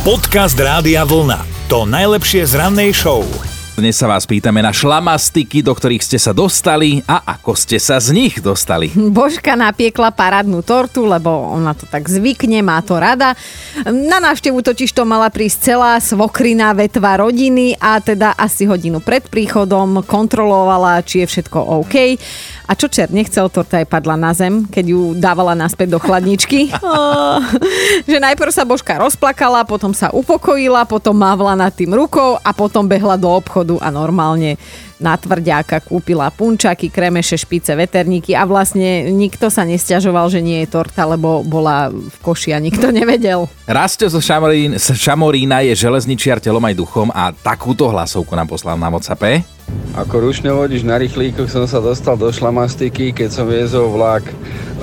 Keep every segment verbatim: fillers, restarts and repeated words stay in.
Podcast Rádia Vlna. To najlepšie z rannej show. Dnes sa vás pýtame na šlamastiky, do ktorých ste sa dostali a ako ste sa z nich dostali. Božka napiekla parádnu tortu, lebo ona to tak zvykne, má to rada. Na návštevu totiž to mala prísť celá svokrina vetva rodiny a teda asi hodinu pred príchodom kontrolovala, či je všetko OK. A čo čert nechcel, torta aj padla na zem, keď ju dávala naspäť do chladničky. Oh, že najprv sa Božka rozplakala, potom sa upokojila, potom mávla nad tým rukou a potom behla do obchodu a normálne na tvrďáka kúpila punčaky, kremeše, špice, veterníky a vlastne nikto sa nesťažoval, že nie je torta, lebo bola v koši a nikto nevedel. Rastio zo Šamorín, Šamorína je železničiar telom aj duchom a takúto hlasovku nám poslal na WhatsAppe. Ako rušňovodič na rýchlíkoch som sa dostal do šlamastiky, keď som viezol vlak e,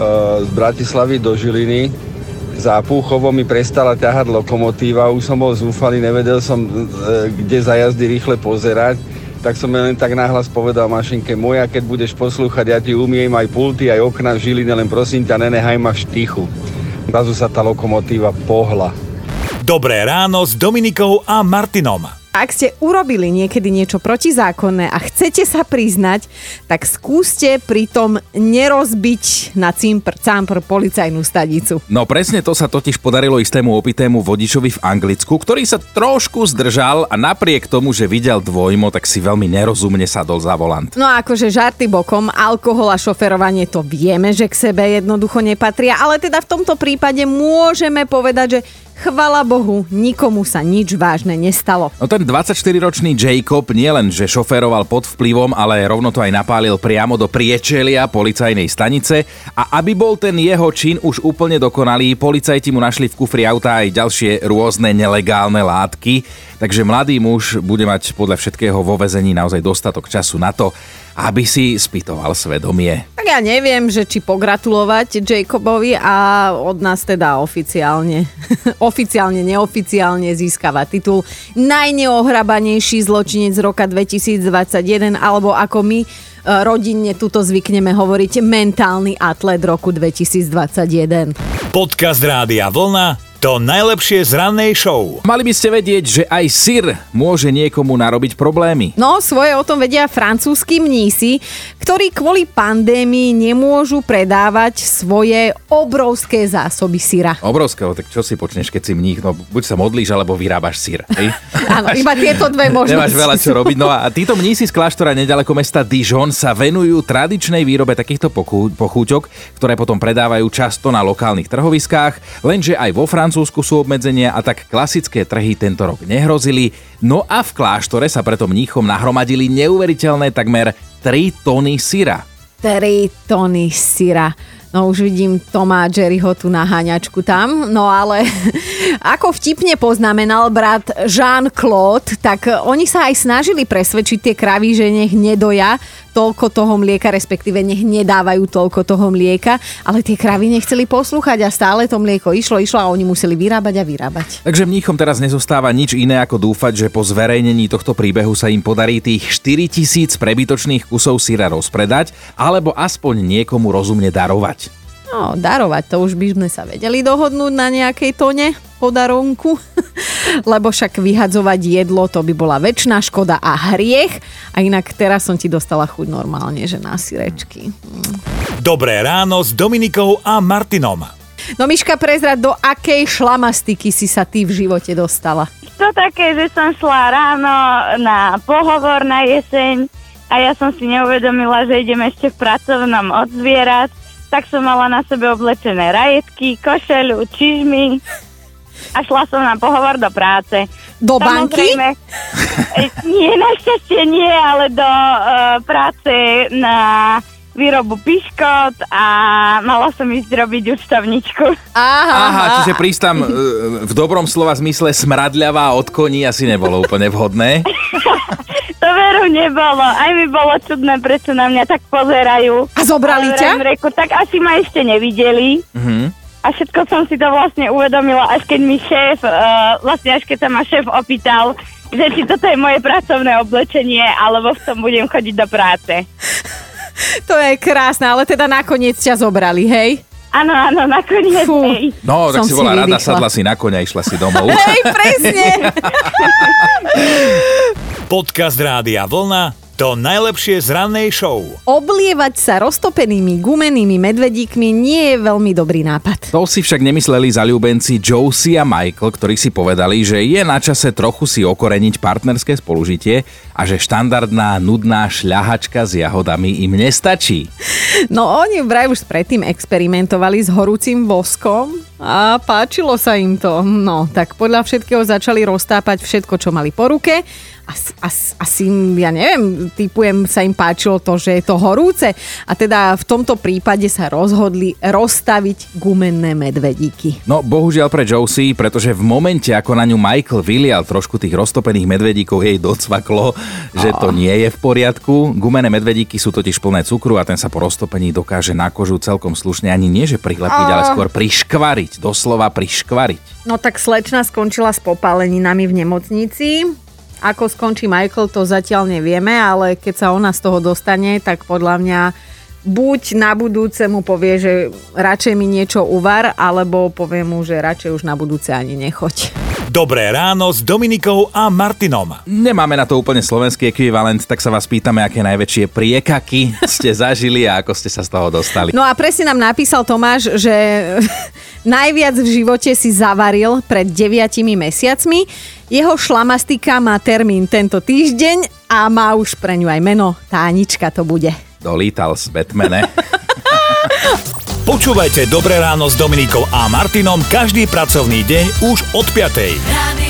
z Bratislavy do Žiliny. Za Púchovo mi prestala ťahať lokomotíva, už som bol zúfalý, nevedel som, e, kde za jazdy rýchle pozerať. Tak som len tak nahlas povedal mašinke, moja, keď budeš poslúchať, ja ti umiem aj pulty, aj okna v Žiline, len prosím ťa, nenehaj ma v štychu. Zrazu sa tá lokomotíva pohla. Dobré ráno s Dominikou a Martinom. Ak ste urobili niekedy niečo protizákonné a chcete sa priznať, tak skúste pritom nerozbiť na cimpr, cámpr policajnú stanicu. No presne to sa totiž podarilo istému opitému vodičovi v Anglicku, ktorý sa trošku zdržal a napriek tomu, že videl dvojmo, tak si veľmi nerozumne sadol za volant. No a akože žarty bokom, alkohol a šoferovanie to vieme, že k sebe jednoducho nepatria, ale teda v tomto prípade môžeme povedať, že chvala Bohu, nikomu sa nič vážne nestalo. No ten dvadsaťštyriročný Jacob nielen, že šoféroval pod vplyvom, ale rovno to aj napálil priamo do priečelia policajnej stanice a aby bol ten jeho čin už úplne dokonalý, policajti mu našli v kufri auta aj ďalšie rôzne nelegálne látky, takže mladý muž bude mať podľa všetkého vo väzení naozaj dostatok času na to, aby si spytoval svedomie. Tak ja neviem, že či pogratulovať Jacobovi a od nás teda oficiálne, oficiálne, neoficiálne získava titul najneohrabanejší zločinec roka dvetisícdvadsaťjeden, alebo ako my rodinne tuto zvykneme hovoriť, mentálny atlet roku dvetisícdvadsaťjeden. Podcast Rádia Vlna. To najlepšie z rannej show. Mali by ste vedieť, že aj syr môže niekomu narobiť problémy. No, svoje o tom vedia francúzski mnísi, ktorí kvôli pandémii nemôžu predávať svoje obrovské zásoby syra. Obrovského, tak čo si počneš, keď si mních? No, buď sa modlíš, alebo vyrábaš syr. Áno, iba tieto dve možnosti. Nemáš veľa čo robiť. No a títo mnísi z kláštora nedaleko mesta Dijon sa venujú tradičnej výrobe takýchto pochúťok, ktoré potom predávajú často na lokálnych trhoviskách, lenže aj vo Francúzsku Francúzsku sú obmedzenia a tak klasické trhy tento rok nehrozili. No a v kláštore sa preto mníchom nahromadili neuveriteľné takmer tri tony syra. tri tony syra. No už vidím Toma a Jerryho tu na háňačku tam, no ale ako vtipne poznamenal brat Jean-Claude, tak oni sa aj snažili presvedčiť tie kravy, že nech nedoja toľko toho mlieka, respektíve nech nedávajú toľko toho mlieka, ale tie kravy nechceli poslúchať a stále to mlieko išlo, išlo a oni museli vyrábať a vyrábať. Takže mníchom teraz nezostáva nič iné ako dúfať, že po zverejnení tohto príbehu sa im podarí tých štyritisíc prebytočných kusov syra rozpredať, alebo aspoň niekomu rozumne darovať. No, darovať, to už by sme sa vedeli dohodnúť na nejakej tone podaronku, lebo však vyhadzovať jedlo, to by bola väčšiná škoda a hriech. A inak teraz som ti dostala chuť normálne, že na syrečky. Mm. Dobré ráno s Dominikou a Martinom. No Miška, prezrať, do akej šlamastiky si sa ty v živote dostala? To také, že som šla ráno na pohovor na jeseň a ja som si neuvedomila, že idem ešte v pracovnom od zvierat. Tak som mala na sebe oblečené rajetky, košeľu, čižmy a šla som na pohovor do práce. Do banky? Nie, našťastie nie, ale do uh, práce na výrobu piškot a mala som ísť robiť účtovničku. Aha, Aha čiže prísť tam uh, v dobrom slova zmysle smradľavá od koní asi nebolo úplne vhodné. To veru nebolo. Aj mi bolo čudné, prečo na mňa tak pozerajú. A zobrali ťa? Reku, tak asi ma ešte nevideli. Mhm. A všetko som si to vlastne uvedomila, až keď mi šéf, uh, vlastne až keď sa ma šéf opýtal, že či toto je moje pracovné oblečenie, alebo v tom budem chodiť do práce. To je krásne, ale teda nakoniec ťa zobrali, hej? Áno, áno, nakoniec. Hej. No, tak Som si bola si rada, vydýchla. sadla si na koňa a išla si domov. Hej, presne. Podcast Rádia Vlna, to najlepšie z rannej show. Oblievať sa roztopenými gumenými medvedíkmi nie je veľmi dobrý nápad. To si však nemysleli zaľúbenci Josie a Michael, ktorí si povedali, že je na čase trochu si okoreniť partnerské spolužitie a že štandardná nudná šľahačka s jahodami im nestačí. No oni vraj už predtým experimentovali s horúcim voskom a páčilo sa im to. No, tak podľa všetkého začali roztápať všetko, čo mali po ruke. As, as, asi, ja neviem, typujem, sa im páčilo to, že je to horúce. A teda v tomto prípade sa rozhodli rozstaviť gumenné medvedíky. No bohužiaľ pre Josie, pretože v momente, ako na ňu Michael vylial trošku tých roztopených medvedíkov, jej docvaklo, že to nie je v poriadku. Gumené medvedíky sú totiž plné cukru a ten sa po roztopení dokáže na kožu celkom slušne ani nie, že prihlepiť, ale skôr priškvariť. Doslova priškvariť. No tak slečna skončila s popáleninami v nemocnici. Ako skončí Michael, to zatiaľ nevieme, ale keď sa ona z toho dostane, tak podľa mňa buď na budúce mu povie, že radšej mi niečo uvar, alebo povie mu, že radšej už na budúce ani nechoď. Dobré ráno s Dominikou a Martinom. Nemáme na to úplne slovenský ekvivalent, tak sa vás pýtame, aké najväčšie priekaky ste zažili a ako ste sa z toho dostali. No a presne nám napísal Tomáš, že najviac v živote si zavaril pred deviatimi mesiacmi. Jeho šlamastika má termín tento týždeň a má už pre ňu aj meno. Tánička to bude. Dolítal z Batmane. Počúvajte Dobré ráno s Dominikou a Martinom každý pracovný deň už od piatej.